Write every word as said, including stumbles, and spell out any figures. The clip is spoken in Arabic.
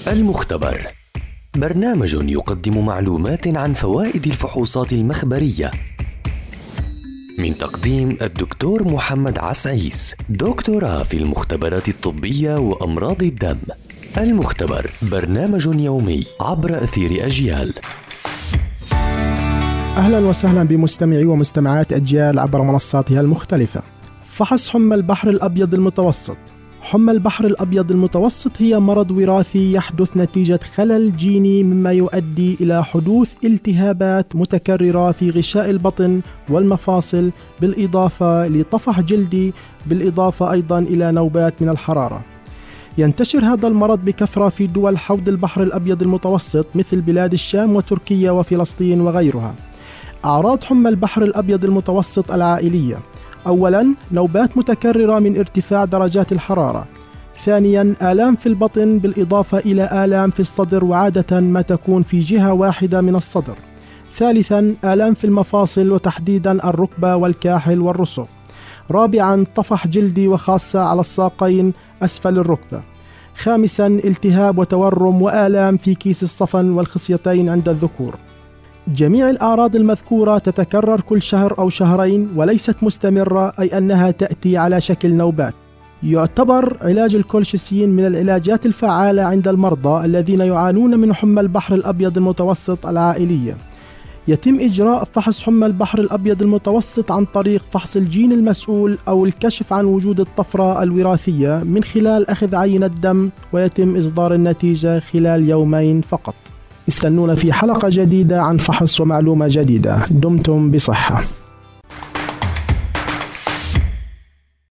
المختبر برنامج يقدم معلومات عن فوائد الفحوصات المخبرية، من تقديم الدكتور محمد عسعيس، دكتوراه في المختبرات الطبية وأمراض الدم. المختبر برنامج يومي عبر أثير أجيال. أهلا وسهلا بمستمعي ومستمعات أجيال عبر منصاتها المختلفة. فحص حمى البحر الأبيض المتوسط. حمى البحر الأبيض المتوسط هي مرض وراثي يحدث نتيجة خلل جيني، مما يؤدي إلى حدوث التهابات متكررة في غشاء البطن والمفاصل، بالإضافة لطفح جلدي، بالإضافة أيضا إلى نوبات من الحرارة. ينتشر هذا المرض بكثرة في دول حوض البحر الأبيض المتوسط مثل بلاد الشام وتركيا وفلسطين وغيرها. أعراض حمى البحر الأبيض المتوسط العائلية: أولاً، نوبات متكررة من ارتفاع درجات الحرارة. ثانياً، آلام في البطن بالإضافة إلى آلام في الصدر، وعادة ما تكون في جهة واحدة من الصدر. ثالثاً، آلام في المفاصل وتحديداً الركبة والكاحل والرسغ. رابعاً، طفح جلدي وخاصة على الساقين أسفل الركبة. خامساً، التهاب وتورم وآلام في كيس الصفن والخصيتين عند الذكور. جميع الأعراض المذكورة تتكرر كل شهر أو شهرين وليست مستمرة، أي أنها تأتي على شكل نوبات. يعتبر علاج الكولشيسين من العلاجات الفعالة عند المرضى الذين يعانون من حمى البحر الأبيض المتوسط العائلية. يتم إجراء فحص حمى البحر الأبيض المتوسط عن طريق فحص الجين المسؤول أو الكشف عن وجود الطفرة الوراثية من خلال أخذ عينة دم، ويتم إصدار النتيجة خلال يومين فقط. استنونا في حلقة جديدة عن فحص ومعلومة جديدة. دمتم بصحة.